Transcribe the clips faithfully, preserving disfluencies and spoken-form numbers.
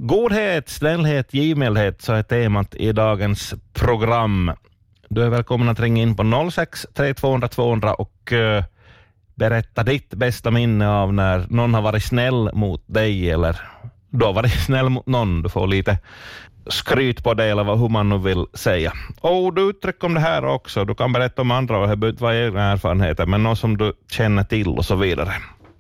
Godhet, snällhet, givmildhet, så är temat i dagens program. Du är välkommen att ringa in på noll sex tre två noll två noll och uh, berätta ditt bästa minne av när någon har varit snäll mot dig, eller du har varit snäll mot någon. Du får lite skryt på det, eller vad, hur man nu vill säga. Och du uttrycker om det här också. Du kan berätta om andra och det behöver inte vara egna erfarenheter, men något som du känner till och så vidare.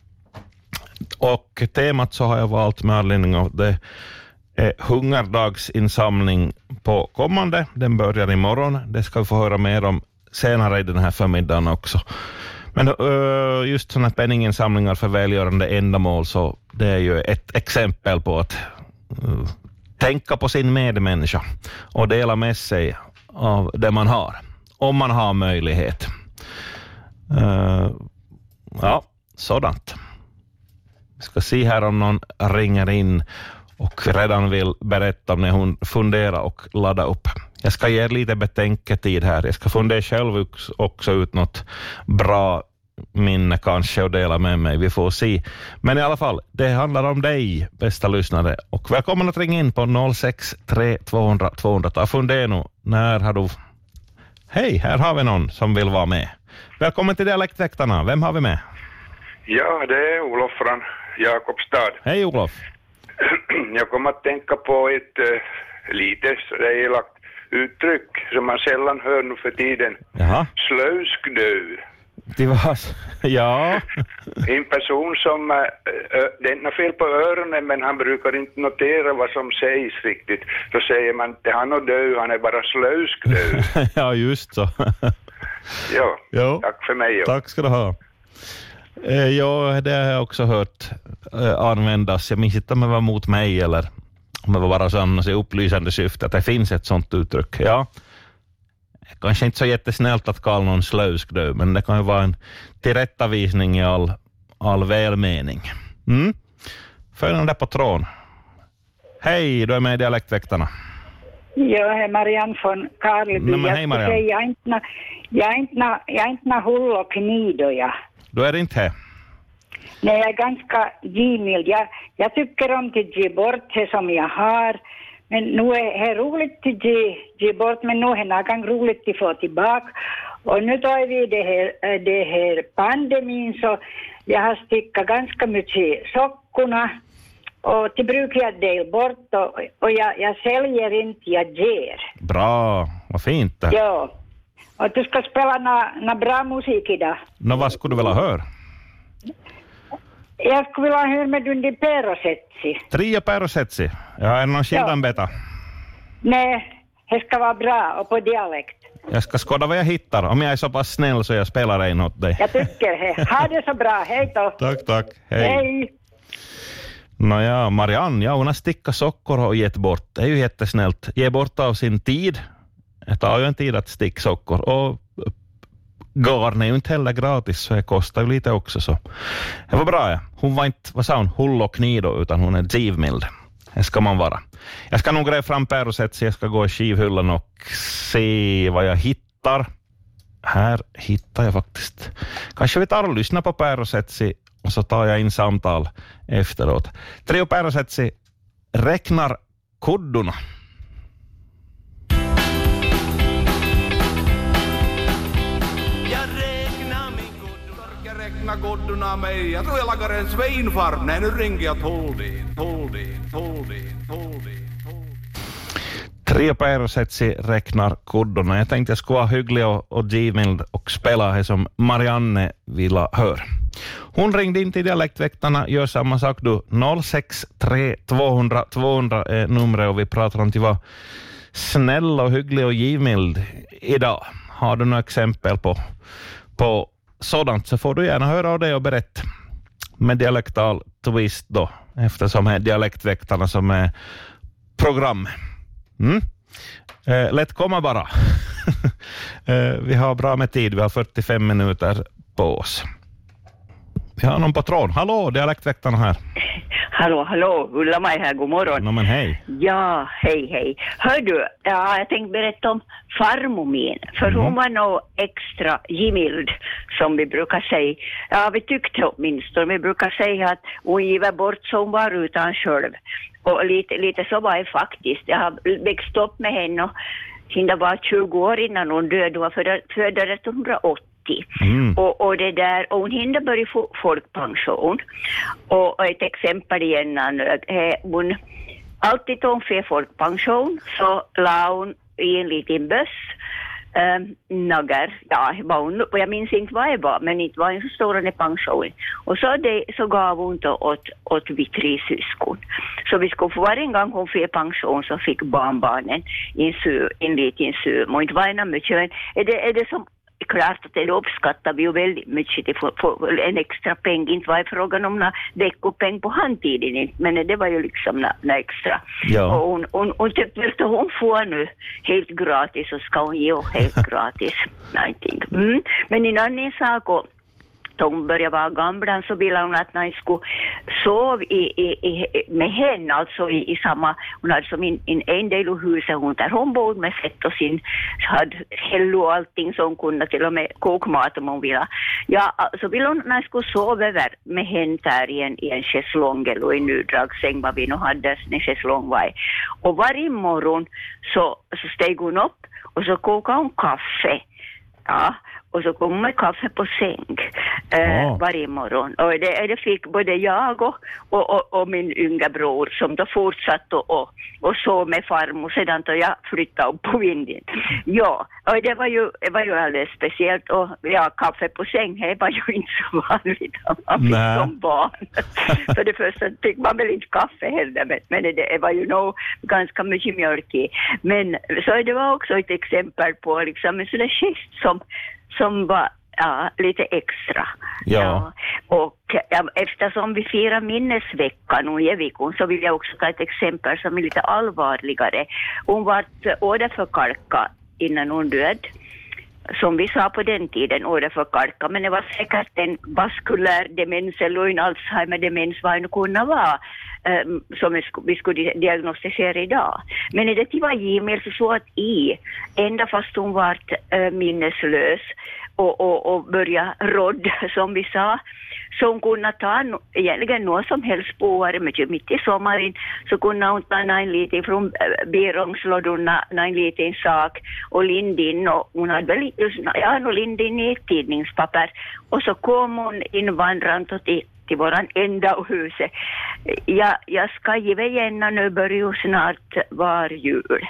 Och temat så har jag valt med anledning av det är hungerdagsinsamling på kommande. Den börjar imorgon. Det ska vi få höra mer om senare i den här förmiddagen också. Men uh, just sådana penninginsamlingar för välgörande ändamål, så det är ju ett exempel på att uh, tänka på sin medmänniska och dela med sig av det man har, om man har möjlighet. Uh, ja, sådant. Vi ska se här om någon ringer in och redan vill berätta om när hon funderar och ladda upp. Jag ska ge lite betänketid här. Jag ska fundera själv också ut något bra minne kanske och dela med mig. Vi får se. Men i alla fall, det handlar om dig, bästa lyssnare. Och välkommen att ringa in på noll sex tre två noll två noll. Ta fundera nu. När har du... Hej, här har vi någon som vill vara med. Välkommen till Dialektväktarna. Vem har vi med? Ja, det är Olof från Jakobstad. Hej Olof. Jag kommer att tänka på ett uh, lite elakt uttryck som man sällan hör nu för tiden. Jaha. Slöskdöv. Det var... Ja. En person som... Uh, uh, det är inte fel på öronen, men han brukar inte notera vad som sägs riktigt. Så säger man att han är död, han är bara slöskdöv. Ja, just så. Ja, jo. Tack för mig. Jo. Tack ska du ha. Eh, ja, det har jag också hört eh, användas. Jag minns inte om det var mot mig eller om det var bara sån så upplysande syfte att det finns ett sånt uttryck. Ja, kanske inte så jättesnällt att kalla någon slöskdöv, men det kan ju vara en tillrättavisning i all, all välmening. Mm. Följande där på tråden. Hej, du är med i Dialektväktarna. Jag är Marianne från Karleby. Nej, hej Marianne. Jag är inte jag är inte jag är inte hull och knido, ja. Du är inte här. Nej, jag är ganska givmild. Jag, jag tycker om att ge bort det som jag har. Men nu är det roligt att ge, ge bort, men nu är det något roligt att få tillbaka. Och nu tar vi det här, det här pandemin, så jag har stickat ganska mycket sockorna. Och det brukar jag dela bort, och, och jag, jag säljer inte, jag ger. Bra, vad fint det. Ja, och du ska spela någon bra musik idag. Nå, vad skulle du vilja höra? Jag skulle vilja höra med Dundi Perosetsi. Trio Perosetsi. Ja, är det någon skillnad beta? Nej, det ska vara bra och på dialekt. Jag ska skåda vad jag hittar. Om jag är så pass snäll så jag spelar en åt dig. Jag tycker det. Ha det så bra. Hej då. Tack, tack. Hej. Hej. Nåja, Marianne, ja, hon har stickat sockor och gett bort. Det är ju jättesnällt. Ge bort av sin tid. Det tar ju en tid att sticka sockor. Och garn är ju inte heller gratis, så det kostar ju lite också. Så det var bra, ja. Hon var inte, vad sa hon, hull och knido, utan hon är givmild. Det ska man vara. Jag ska nog gräva fram Perosetsi. Jag ska gå i skivhyllan och se vad jag hittar. Här hittar jag faktiskt. Kanske vi tar och lyssnar på Perosetsi och så tar jag in samtal efteråt. Trio Perosetsi räknar kuddorna. Goddorna mig. Jag tror jag lagar en svinfarm. Nej, nu ringer jag Toldin, Toldin, Toldin, Toldin, Toldin. Trio Perosetsi räknar kuddorna. Jag tänkte jag skulle vara hygglig och, och givmild och spela här som Marianne ville höra. Hon ringde in till Dialektväktarna. Gör samma sak du. noll sex tre två noll noll två noll är numret och vi pratar om att vara snäll och hygglig och givmild idag. Har du några exempel på, på sådant så får du gärna höra av det och berätta med dialektal twist då, eftersom det är Dialektväktarna som är program. Mm. Eh, lätt komma bara. eh, vi har bra med tid, vi har fyrtiofem minuter på oss. Vi har någon på tråden. Hallå, Dialektväktarna här. Hallå, hallå, Ulla-Maj här, god morgon. No, men hej. Ja, hej, hej. Hör du, ja, jag tänkte berätta om farmor min. För mm. hon var nog extra gimild, som vi brukar säga. Ja, vi tyckte åtminstone. Vi brukar säga att hon giver bort som var utan själv. Och lite, lite så var det faktiskt. Jag har växt upp med henne och hon var tjugo år innan hon död. Hon var född, född nittonhundraåttio. Mm. Och, och det där, och hon hinner börja få folkpension. Och, och ett exempel igen, eh, hon alltid då hon fick folkpension så la hon i en liten böss Um, naggar, ja, hon, och jag minns inte vad det var, men inte var en så stor pension. Och så, det, så gav hon då åt, åt vi tre syskon. Så vi skulle få varje gång hon fick pension så fick barnbarnen en, su, en liten sum. Och inte var det mycket, men är det, är det som klart att det uppskattar vi ju väldigt mycket till för, för en extra peng. Inte var det frågan om några veckopeng på handtiden, men det var ju liksom några extra. Ja. Och hon, hon, hon tyckte hon får nu helt gratis så ska hon ge helt gratis. Mm. Men en annan sak och då hon började vara gamla så ville hon att när hon skulle sova i, i, i, med henne, alltså i, i samma, hon hade som en, en, en del av huset hon där hon bodde med fett och sin, hade hello och allting så hon kunde till och med koka mat om hon ville. Ja, så ville hon när hon skulle sova över med henne där i en, i en chaiselong eller en utdragssäng vad vi nu hade, en chaiselong var i. Och varje morgon så, så steg hon upp och så kokade hon kaffe. Ja, och så kom med kaffe på säng eh, oh. varje morgon. Och det, det fick både jag och, och, och, och min unga bror som då fortsatte och, och, och så med farmor sedan då jag flyttade upp på vinden. Ja, och det var ju, det var ju alldeles speciellt. Och ja, kaffe på säng, det var ju inte så vanligt att man fick Nä. som barn. För det första fick man väl inte kaffe heller, men, men det, det var ju nog ganska mycket mjölk i. Men så det var också ett exempel på liksom en sån där gest som som var ja, lite extra. Ja. Ja. Och ja, eftersom vi firar minnesveckan och i veckan så vill jag också ta ett exempel som är lite allvarligare. Hon var åderförkalkad innan hon död. Som vi sa på den tiden, åderförkalkad. Men det var säkert en vaskulär demens eller en Alzheimer-demens vad det kunde vara. Um, som vi skulle, vi skulle diagnostisera idag. Men i det var Gmail så så att i, ända fast hon var uh, minneslös och, och, och börja råd som vi sa, så hon kunde ta no, egentligen något som helst på mycket mitt i sommaren så kunde hon ta en liten från uh, berungslådorna, en liten sak och lindin och hon hade väl ja, no, lindin i ett tidningspapper och så kom hon invandrande till till våran enda huset. Ja, jag ska ge igen nu börjar snart var jul.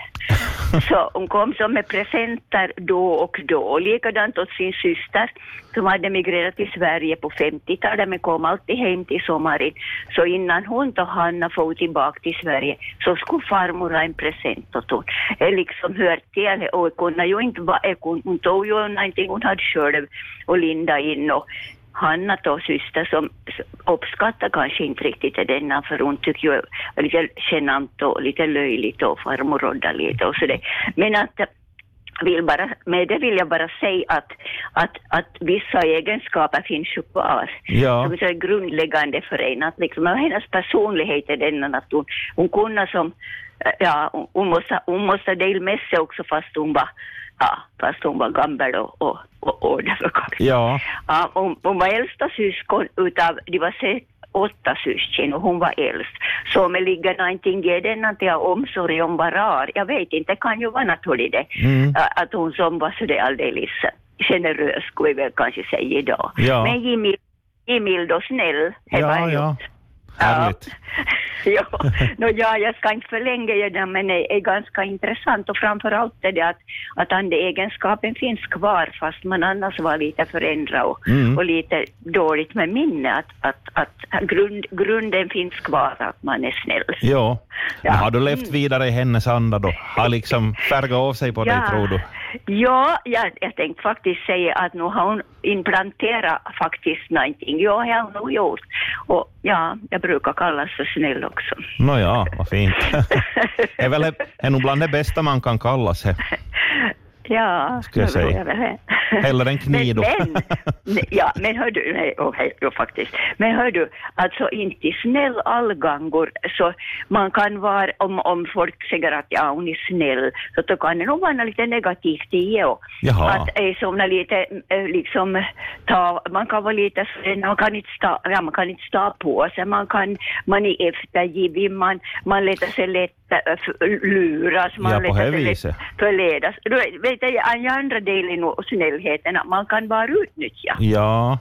Så hon kom som med presenter då och då. Likadant åt sin syster som hade migrerat till Sverige på femtiotalet men kom alltid hem till sommaren. Så innan hon och Hanna får tillbaka till Sverige så skulle farmor ha en present åt hon. Jag liksom hört till och hon kunde ju inte vara, hon tog ju någonting hon hade själv och linda in och Hanna och syster som uppskattar kanske inte riktigt denna för hon tycker ju lite genant och lite löjligt och farmor rådda lite och sådär. Men att vill bara, med det vill jag bara säga att, att, att vissa egenskaper finns ju kvar. Ja. Som är grundläggande för en. Att liksom, hennes personlighet är den att hon, hon kunde som, ja, hon, hon måste, hon måste dela med sig också fast hon var Ja, fast hon var gammal och, och, och, och det var ja. Ja, hon, hon var äldsta syskon utav, det var sex, åtta syskon och hon var äldst. Så om det ligger någonting i den att jag omsorg om var rar. Jag vet inte, det kan ju vara naturligt det. Mm. Att hon som var så det alldeles generös skulle vi väl kanske säga idag. Ja. Men Jimmy, Jimmy då snäll. Ja, ja. Härligt. Ja, no, ja, jag ska inte förlänga det, men det är ganska intressant och framförallt är det att, att andeegenskapen finns kvar fast man annars var lite förändrad och, mm. och lite dåligt med minne att, att, att grund, grunden finns kvar att man är snäll. Ja, ja. Har du levt vidare i hennes anda då? Har liksom färgat av sig på ja. dig tror du? Ja, jag, jag tänkte faktiskt säga att nu har hon implanterat faktiskt någonting. Ja, jag har nog gjort. Och ja, jag brukar kallas för snäll också. Nåja, vad fint. Det är väl är nog bland det bästa man kan kallas. He. Ja, ska jag säga. Jag väl. Hellre en knido. Men, men, ja, men hör du, nej, oh, hej, oh, faktiskt. Men hör du, alltså inte snäll allgångor, så man kan vara, om, om folk säger att ja, hon är snäll, så då kan det nog vara lite negativt i det. Att är som lite, liksom, ta, man kan vara lite, man kan inte stå, ja, man kan inte stå på sig, man kan, man är eftergivig, man, man letar sig lätt luras, man ja, letar sig lätt förledas. Du vet, en andra delen av snällheten, att man kan bara utnyttja. Ja.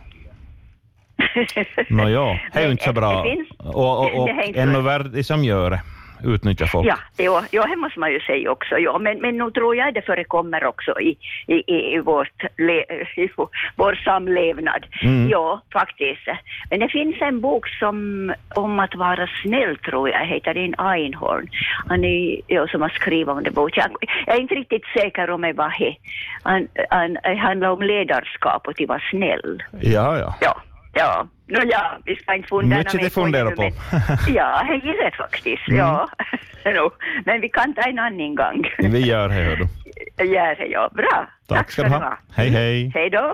Nå ja, det är ju inte så bra. Finns, och och, och ännu värre som gör det. Utnyttja folk. Ja, ja, ja, det måste man ju säga också. Ja, men, men nu tror jag det förekommer också i, i, i, vårt le, i vår samlevnad. Mm. Ja, faktiskt. Men det finns en bok som om att vara snäll, tror jag, heter din Einhorn. Han är ja, som har skrivit om det bok. Jag, jag är inte riktigt säker om det var det. Han, han, han handlar om ledarskap och att vara snäll. Ja, ja. Ja. Ja, no, ja, vi ska inte fundera mycket det fundera på. Ja, det är det faktiskt. Mm. Ja. no, men vi kan ta en annan gång. Vi gör det, hör du. Gör det, ja. Bra. Tack, Tack ska du ha. Hej, hej. Hej då.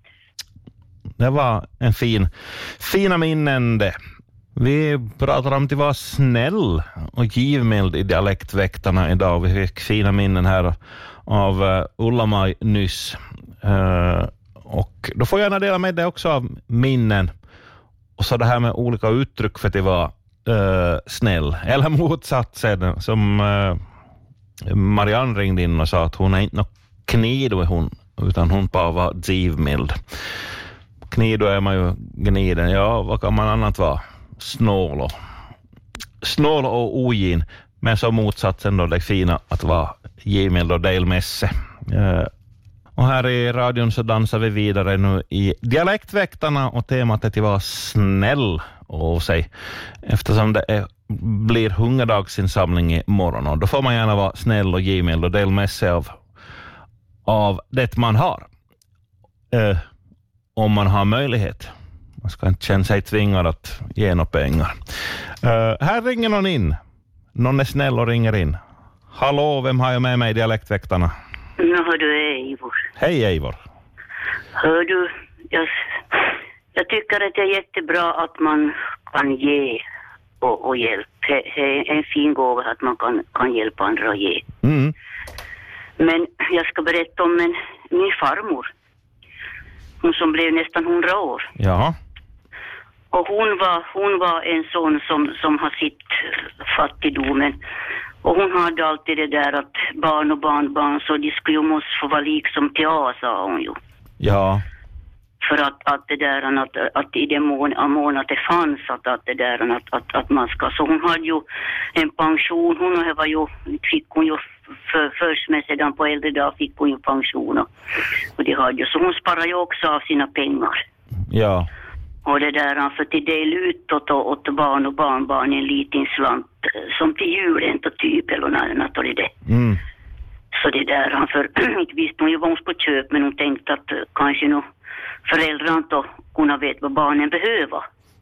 Det var en fin, fina minnen det. Vi pratar om att vara snäll och givmild i dialektväktarna idag. Vi fick fina minnen här av uh, Ulla-Maj nyss. Uh, Och då får jag gärna dela med dig också av minnen. Och så det här med olika uttryck för att vara uh, snäll. Eller motsatsen, som uh, Marianne ringde in och sa att hon är inte någon knido hon, utan hon bara var givmild. Knido är man ju gniden. Ja, vad kan man annat vara? Snål och, snål och ogin. Men så motsatsen då, det fina att vara givmild och delmässe. Uh, Och här i radion så dansar vi vidare nu i dialektväktarna och temat är att vara snäll av sig. Eftersom det är, blir hungerdaginsamling i morgon och då får man gärna vara snäll och givmild och dela med sig av, av det man har. Eh, om man har möjlighet. Man ska inte känna sig tvingad att ge några pengar. Eh, här ringer någon in. Någon är snäll och ringer in. Hallå, vem har jag med mig i dialektväktarna? Nu hör du Eivor. Hej Eivor. Hör du, jag, jag tycker att det är jättebra att man kan ge och, och hjälp. Det är en fin gåva att man kan, kan hjälpa andra och ge. Mm. Men jag ska berätta om en, min farmor. Hon som blev nästan hundra år. Ja. Och hon var, hon var en sån som, som har sitt fattigdomen. Och hon hade alltid det där att barn och barnbarn så de skulle ju måste få vara liksom till A, sa hon ju. Ja. För att, att det där att, att i den mån, mån att det fanns att, att det där att, att, att man ska. Så hon hade ju en pension. Hon var ju, fick hon ju för, först med sedan på äldre dag fick hon ju pension. Och, och det hade ju. Så hon sparade ju också av sina pengar. Ja. Och det där för till del ut åt, åt barn och barnbarn en liten slant som till julen och typ eller något annat och det. Mm. Så det där han för inte visste hon ju vad hon skulle köpa men hon tänkte att kanske nog föräldrarna då kunna veta vad barnen behöver.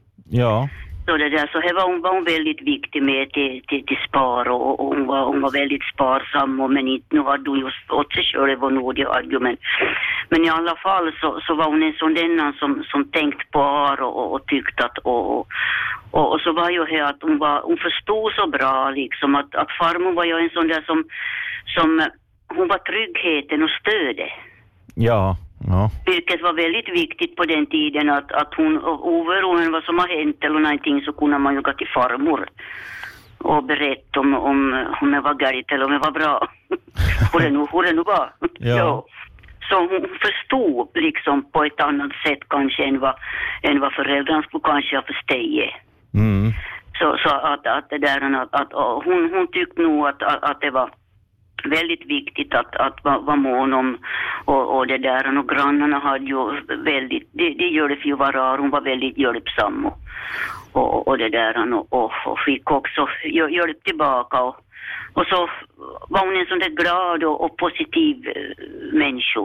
Ja. Så det där så här var hon, var hon väldigt viktig med till, till, till spar och, och hon, var, hon var väldigt sparsam och, men inte nu hade hon just åt sig själv och nådig argument. Men i alla fall så, så var hon en sån denna som, som tänkt på ar och, och, och tyckte att och, och, och, och så var ju här att hon, var, hon förstod så bra liksom att, att farmor var ju en sån där som, som hon var tryggheten och stödet. Ja. Ja. Vilket var väldigt viktigt på den tiden att, att hon, oberoende vad som har hänt eller någonting så kunde man ju gå till farmor och berätta om, om, om det var gärligt eller om det var bra. hur, det nu, hur det nu var. Ja. Ja. Så hon förstod liksom på ett annat sätt kanske än vad, än vad föräldrarna skulle kanske ha förstått. Mm. Så, så att, att det där att, att hon, hon tyckte nog att, att, att det var väldigt viktigt att, att vara va mån om och, och det där och grannarna hade ju väldigt, det, det gör det för ju vara hon var väldigt hjälpsam och, och, och det där och, och, och fick också hjälp tillbaka och, och så var hon en sån där glad och, och positiv människa.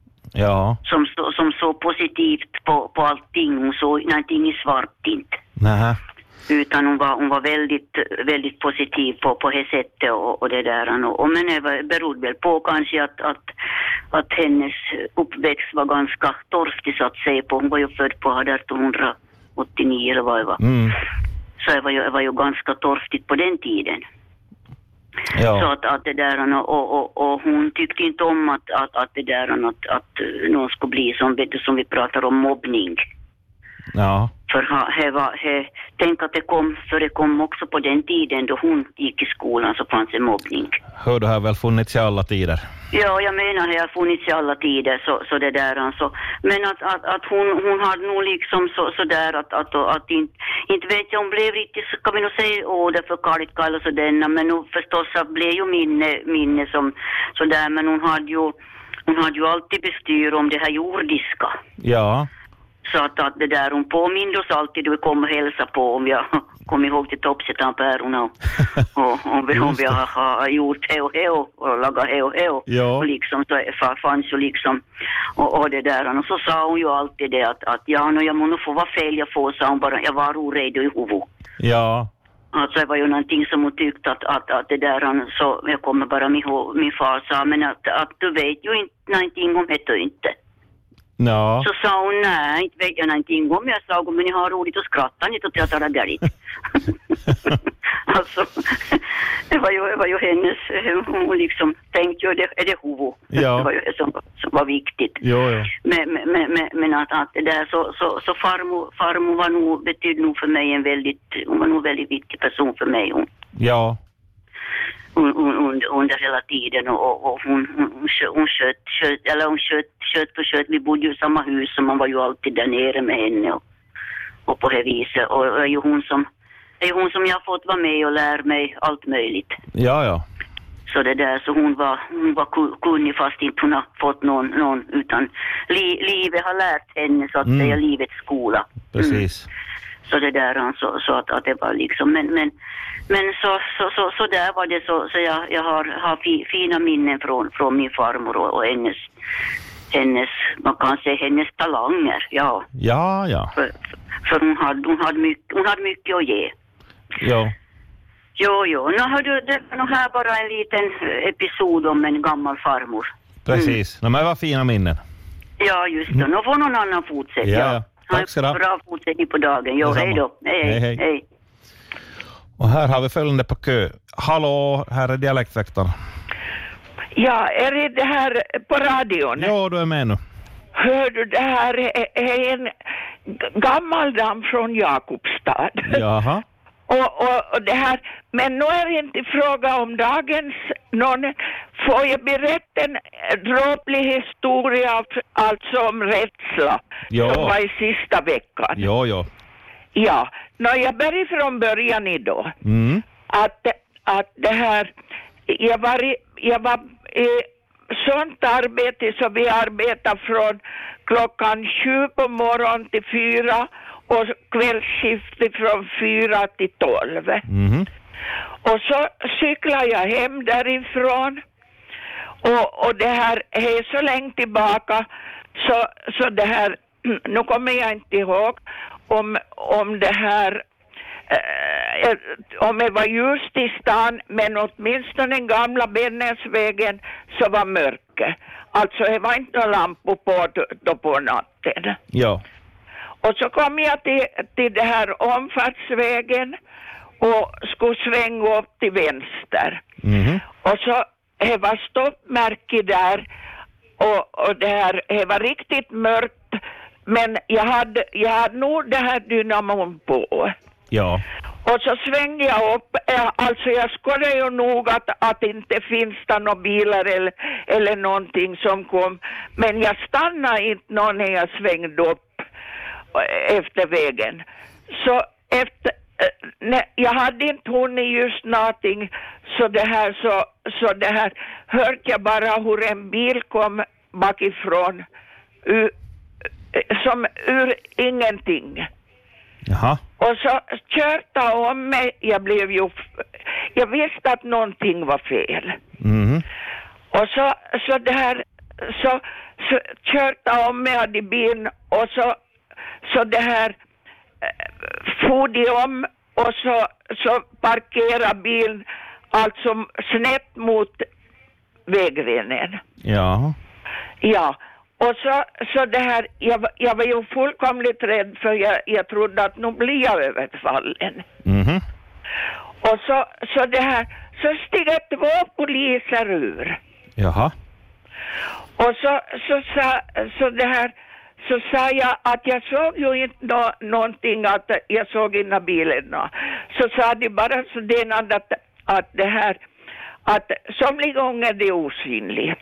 Ja. Som, som så positivt på, på allting, hon såg någonting i svart inte. Nähä. Utan hon var, hon var väldigt, väldigt positiv på, på det sättet och, och det där. Och, och men det berodde väl på kanske att, att, att hennes uppväxt var ganska torftig så att säga på. Hon var ju född på arton åttionio eller vad det var. Mm. Så det var, ju, det var ju ganska torftigt på den tiden. Ja. Så att, att det där och, och, och hon tyckte inte om att, att, att det där att, att någon skulle bli som, som vi pratar om mobbning. Ja. För he, he, he, tänk att det kom, för det kom också på den tiden då hon gick i skolan så fanns en mobbning. Hör, det har väl funnits i alla tider? Ja, jag menar det har funnits i alla tider så, så det där alltså. Men att, att, att hon, hon hade nog liksom så, så där att, att, att, att inte, inte vet jag, hon blev riktigt, så kan vi nog säga, åh det är för kallt kall och sådär, men nu förstås blev ju minne, minne som sådär, men hon hade ju, hon hade ju alltid bestyr om det här jordiska. Ja. Så att, att det där, hon påminner oss alltid då vi kommer och hälsa på om jag kommer ihåg till toppsättan pärorna och, och om vi, om vi har, har gjort he och he och, och lagat he och he och, ja. Och liksom så fanns ju liksom och, och det där och så sa hon ju alltid det att, att ja, no, jag må nog få vara fel jag får, sa hon bara, jag var oredo i huvudet. Ja. Alltså det var ju någonting som hon tyckte att, att, att det där, så jag kommer bara min, min far sa, men att, att du vet ju inte någonting om det inte. No. Så sa hon, nej, inte vet jag någonting om. Jag sa, men ni har roligt att skratta, ni tror att jag tar det garit. Alltså, det var ju, det var ju hennes, hon liksom tänkte ju, det är det huvud. Ja. Det var ju det som, som var viktigt. Jo, ja. Men, men, men, men att, att det där, så, så, så farmor, farmor var nog, betydde nog för mig en väldigt, hon var nog väldigt viktig person för mig. Hon. Ja. Under, under hela tiden och, och hon, hon, hon sköt, sköt, eller hon sköt, sköt och sköt. Vi bodde ju i samma hus så man var ju alltid där nere med henne och, och på det viset. Och det är ju hon som, det är hon som jag har fått vara med och lära mig allt möjligt. Ja, ja. Så det där, så hon var, hon var kunnig fast inte hon har fått någon, någon utan li, livet har lärt henne så att mm. säga livets skola. Precis. Mm. Så det där, så, så att, att det var liksom, men, men, men så, så, så, så där var det så, så jag, jag har, har fi, fina minnen från, från min farmor och, och hennes, hennes, man kan säga hennes talanger, ja. Ja, ja. För, för hon, hade, hon, hade mycket, hon hade mycket att ge. Ja. Jo, jo, nu har du, det var här bara en liten episod om en gammal farmor. Precis, mm. Men vad fina minnen. Ja, just det, nu får någon annan fortsätta. Ja, ja. Tack ska du ha. Bra fortsättning på dagen. Jo, hej då. Hej, hej, hej, hej. Och här har vi följande på kö. Hallå, här är dialektväktaren. Ja, är det det här på radion? Ja, du är med nu. Hör du, det här är en gammal dam från Jakobstad. Jaha. Och, och, och det här, men nu är det inte fråga om dagens någon, får jag berätta en dråplig historia alltså om rädsla ja. Som var i sista veckan. Ja, ja. Ja, när jag börjar från början idag mm. att, att det här, jag var, jag var i sånt arbete så vi arbetar från klockan sju på morgon till fyra och kvällsskiftet från fyra till tolv. Mm. Och så cyklar jag hem därifrån. Och, och det här är så länge tillbaka. Så, så det här, nu kommer jag inte ihåg om, om det här, eh, om det var just i stan, men åtminstone den gamla Bennäsvägen så var mörker. Alltså det var inte några lampor på då på natten. Ja. Och så kom jag till, till det här omfartsvägen och skulle svänga upp till vänster. Mm. Och så det var stoppmärke där och, och det här det var riktigt mörkt, men jag hade, jag hade nog det här dynamon på. Ja. Och så svängde jag upp, alltså jag skulle ju nog att, att inte finns det några bilar eller, eller någonting som kom, men jag stannade inte någon när jag svängde upp efter vägen. Så efter nej, jag hade inte hunnit just någonting så det här så, så det här hörde jag bara hur en bil kom bakifrån ur, som ur ingenting. Jaha. Och så körde om mig, jag blev ju jag visste att någonting var fel. Mm. Och så, så det här så, så körde om mig i bilen och så så det här for de om och så, så parkerar bilen alltså snett mot vägrenen. Ja. Ja, och så, så det här, jag, jag var ju fullkomligt rädd för jag, jag trodde att nu blir jag överfallen. Mhm. Och så, så det här, så stiger två poliser ur. Jaha. Och så, så, sa, så det här, så sa jag att jag såg ju inte nå, någonting, att jag såg inga bilen. Nå. Så sa de bara så den att, att det här, att somliga gånger det är osynligt.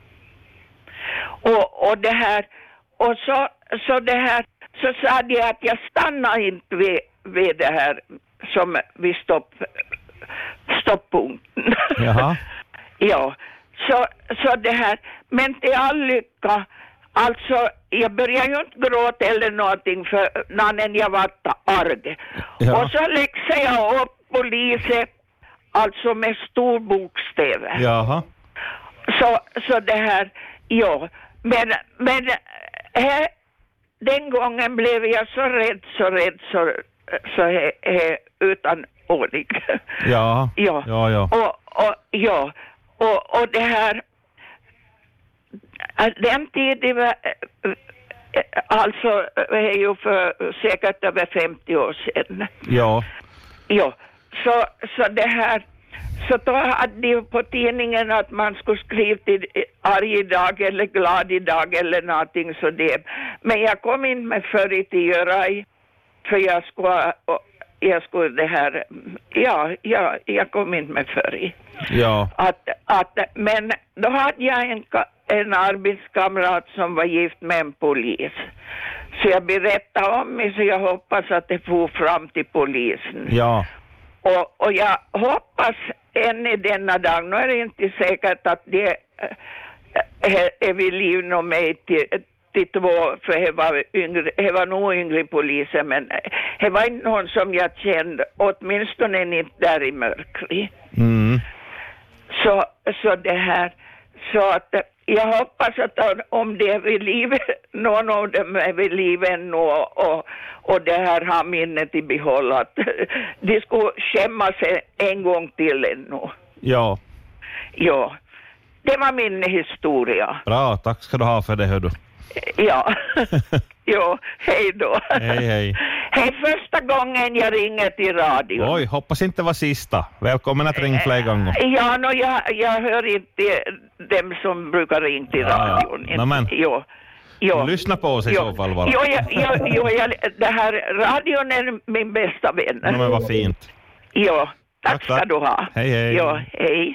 Och, och det här, och så, så det här, så sa de att jag stannar inte vid, vid det här som vid stopp, stopppunkten. Jaha. Ja, så, så det här, men till all lycka, alltså jag började ju inte gråta eller någonting för när jag var arg. Ja. Och så läxade jag upp polisen, alltså med stor bokstäv. Jaha. Så, så det här, ja, men, men här, den gången blev jag så rädd, så rädd, så, så he, he, utan ordning. Ja. Ja, Ja, ja. Och, och, ja. Och, och det här, den tiden var, alltså är ju för säkert över femtio år sedan. Ja. Ja, så, så det här, så då hade de på tidningen att man skulle skriva till arg idag eller glad idag eller någonting så det. Men jag kom in med förr till göra i, för jag skulle, jag skulle det här, ja, ja, jag kom in med förr i. Ja. Att, att, men då hade jag en, en arbetskamrat som var gift med en polis. Så jag berättade om mig, så jag hoppas att det får fram till polisen. Ja. Och, och jag hoppas än i denna dag, nu är det inte säkert att det är, är vid liv nog med till, till två, för det var, yngre, det var nog yngre poliser, men det var inte någon som jag kände, åtminstone inte där i mörkret. Mm. Så, så det här, så att jag hoppas att om det är vid livet, någon av dem är vid livet ännu och, och, och det här har minnet i behåll, att de skulle skämma sig en gång till ännu. Ja. Ja, det var min historia. Bra, tack ska du ha för det, hör du. Ja, jo, hej då. Hej, hej. Hej, första gången jag ringer till radio. Oj, hoppas inte var sista. Välkommen att ringa fler gånger. Ja, no, jag, jag hör inte dem som brukar ringa till Ja, ja. radion. No, men. Jo. Jo. Lyssna på oss i jo. så fall bara. Jo, jag, jo, jo, jag, det här radion är min bästa vän. No, men vad fint. Jo, tack, Tack, ska tack. du ha. Hej, hej. Jo, hej.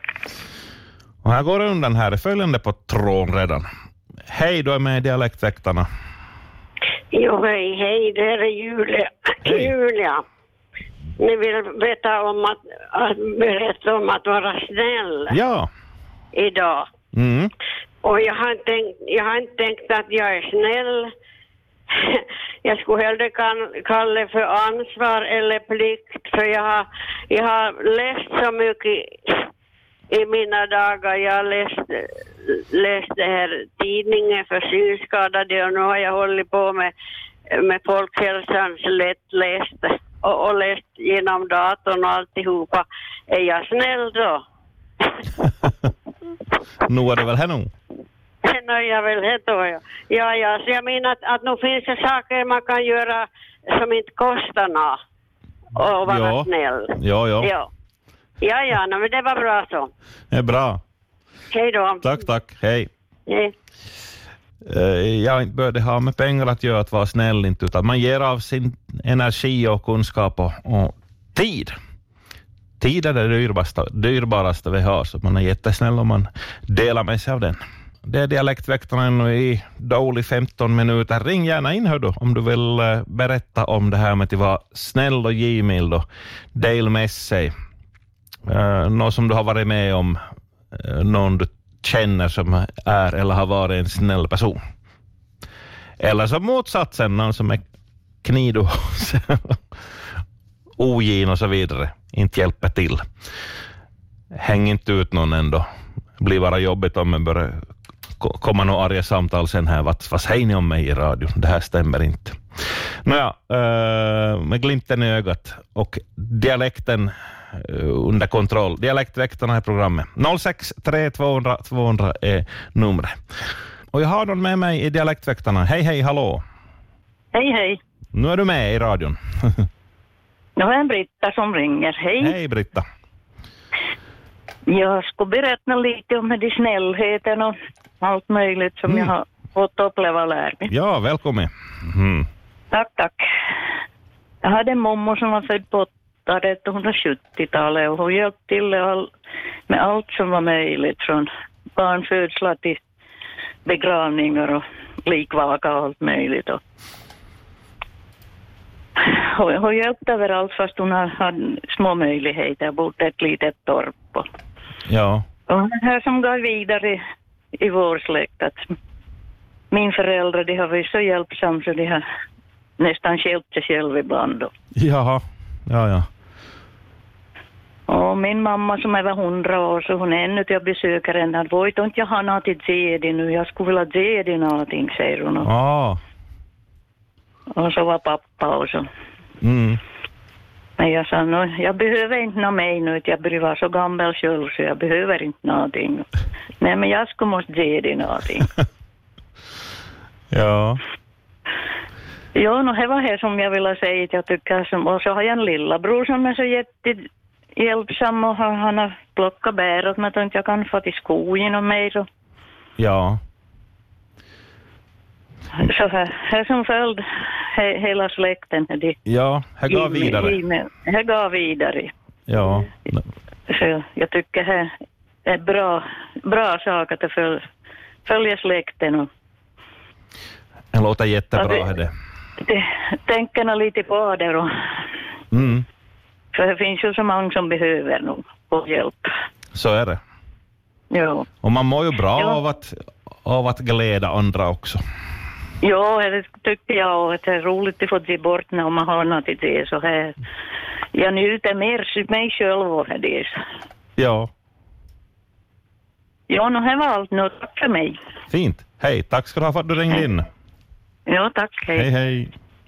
Och här går det undan här. Det följande på tråden redan. Hej, du är med i Dialektväktarna. Jo, hej, hej, det är Julia. Hej. Julia. Ni vill berätta om att, att, berätta om att vara snäll Ja. idag. Mm. Och jag har, tänkt, jag har inte tänkt att jag är snäll. Jag skulle hellre kan, kalla det för ansvar eller plikt. För jag har, jag har läst så mycket i mina dagar. Jag har läst, läst det här tidningen för synskadade och nu har jag hållit på med, med Folkhälsans lättläst och, och läst genom datorn och alltihopa. Är jag snäll då? Nu är det väl här nu? Nej, jag vill det då, ja. Ja, ja, så jag menar att, att nu finns det saker man kan göra som inte kostar något och vara Ja. snäll. Ja, ja. Ja, ja, ja no, men det var bra så. Det är bra. Hej då. Tack, tack. Hej. Hej. Uh, jag inte bör det ha med pengar att göra att vara snäll, inte, utan man ger av sin energi och kunskap och, och tid. Tid är det dyrbaraste, dyrbaraste vi har, så man är jättesnäll om man delar med sig av den. Det är Dialektväktarna nu i dålig femton minuter. Ring gärna in, hör du, om du vill uh, berätta om det här med att vara snäll och givmild och del med sig. Uh, något som du har varit med om, uh, någon du känner som är eller har varit en snäll person. Eller som motsatsen, någon som är knidos, ogin och så vidare. Inte hjälper till. Häng inte ut någon ändå. Det blir bara jobbigt om man börjar komma några arga samtal sen här. Vad, vad säger ni om mig i radio? Det här stämmer inte. Nåja, uh, med glimten i ögat och dialekten uh, under kontroll. Dialektväktarna i programmet. noll sex tre tvåhundra tvåhundra är numret. Och jag har någon med mig i dialektväktarna. Hej, hej, hallå. Hej, hej. Nu är du med i radion. Nu är en Britta som ringer. Hej. Hej, Britta. Jag ska berätta lite om det snällheten och allt möjligt som mm. jag har fått uppleva och lärt mig. Ja, välkommen. Mm. Tack, tack. Jag hade en mormor som var född på artonhundrasjuttiotalet och hon hjälpte till med allt som var möjligt, från barnfödslar till begravningar och likvaka och allt möjligt. Och hon, hon hjälpte överallt fast hon hade små möjligheter. Jag bodde ett litet torp. Och, ja. och det här som går vidare i vår släkt, att min föräldrar, de har varit så hjälpsamma så de har nästan hjälpt sig själv ibland. Jaha, ja, ja. Och min mamma som är hundra år, så hon är ännu till att besöka henne. Voit inte jag har något att se dig nu, jag skulle vilja se dig någonting, säger hon. Ah. Och så var pappa och så. Mm. Men jag sa, no, jag behöver inte nå mig nu, jag börjar vara så gammal själv så jag behöver inte någonting. Nej, men jag skulle måste ge dig någonting. Ja. Ja, no, det var det som jag ville säga att jag tycker som, och så har jag en lilla bror som är så jättehjälpsam och han, han har plockat bär åt mig att jag kan få till skogen och mer. Och ja. så här, här som följd he, hela släkten. De, ja, här går vidare. Här går vidare. Ja. Så jag tycker det är bra, bra sak att följa, följa släkten. Och, det låter jättebra. Ja, det, det. det tänker nog lite på det då. Mm. För det finns ju så många som behöver nog få hjälp. Så är det. Ja. Och man mår ju bra ja. av, att, av att glädja andra också. Ja, det tycker jag, och det är roligt att få ge bort när man har något i det. Så här, jag njuter mer mig själv och det. Ja. Ja, nu har jag allt nu. Tack för mig. Fint. Hej, tack ska du ha för att du ringde in. Ja, tack. Hej. Hej, hej.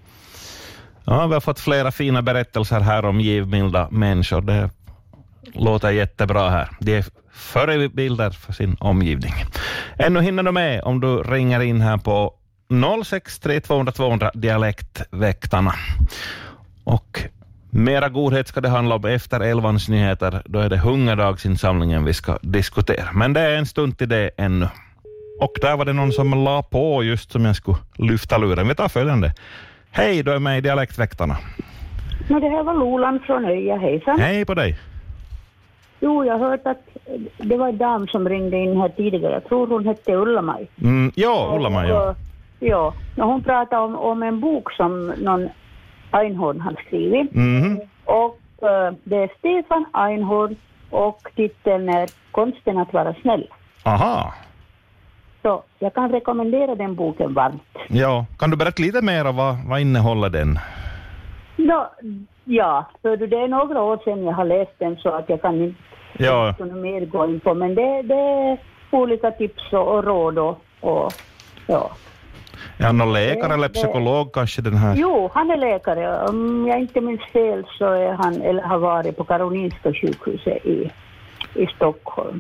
Ja, vi har fått flera fina berättelser här om givmilda människor. Det låter jättebra här. De är förebilder för sin omgivning. Ännu hinner du med om du ringer in här på noll sex tre tvåhundra tvåhundra dialektväktarna. Och mera godhet ska det handla om efter elvans nyheter. Då är det hungerdaginsamlingen vi ska diskutera. Men det är en stund till det ännu. Och där var det någon som la på just som jag skulle lyfta luren. Vi tar följande. Hej, du är med i dialektväktarna. No, det här var Lolan från Öja, hejsan. Hej på dig. Jo, jag har hört att det var en dam som ringde in här tidigare. Jag tror hon hette Ulla-Maj. Mm, ja, Ulla-Maj, ja. Ja, hon pratade om, om en bok som någon Einhorn har skrivit. Mm. Och uh, det är Stefan Einhorn och titeln är Konsten att vara snäll. Aha. Så jag kan rekommendera den boken varmt. Ja, kan du berätta lite mer om vad, vad innehåller den? No, ja, för det är några år sedan jag har läst den så att jag kan inte ja. mer gå in på. Men det, det är olika tips och, och råd och, och ja. Är han någon läkare det, eller psykolog det, kanske den här? Jo, han är läkare. Om jag inte minns fel så är han, eller har varit på Karolinska sjukhuset i, i Stockholm.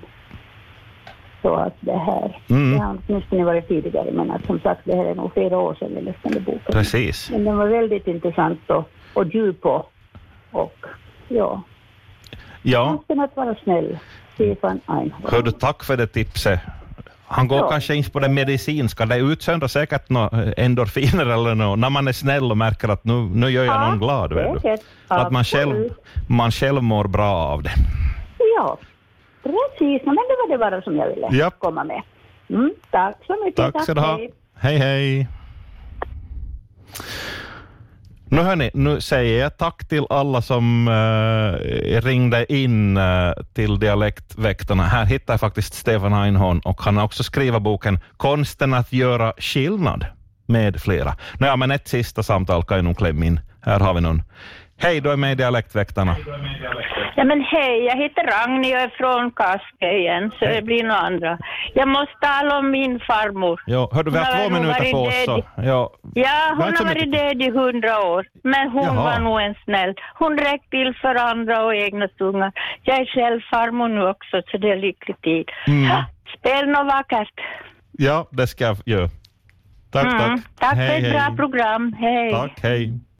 Så att det här, mm. det har åtminstone varit tidigare, men att som sagt det här är nog flera år sedan jag läste den boken. Precis. Men den var väldigt intressant och, och djup och, och ja. Ja. Konsten att vara snäll, Stefan Einhorn. Hör du, tack för det tipset. Han går ja. kanske in på det medicinska. Det utsöndrar säkert några endorfiner eller något. När man är snäll och märker att nu, nu gör jag ja, någon glad. Vet du? Att man själv, man själv mår bra av det. Ja, precis. Men det var det bara som jag ville ja. komma med. Mm, tack så mycket. Tack ska du ha. Hej, hej. Nu hörni, nu säger jag tack till alla som uh, ringde in uh, till dialektväktarna. Här hittar jag faktiskt Stefan Einhorn och han har också skrivit boken Konsten att göra skillnad med flera. Nåja, men ett sista samtal kan jag nog klämma in Här har vi någon. Hej, då är med i Dialektväktarna. Ja, men hej, jag heter Ragnhild och är från Kaske igen, så hej. Det blir några andra. Jag måste tala om min farmor. Ja, hör du, vi har två minuter på oss. Så. Ja, ja, hon har varit död i hundra år, men hon Jaha. var nog en snäll. Hon räckte till för andra och egna tungar. Jag är själv farmor nu också, så det är lycklig tid. Mm. Spel något vackert. Ja, det ska jag göra. Tack, mm. tack. Tack hej, för ett hej. bra program. Hej. Tack, hej.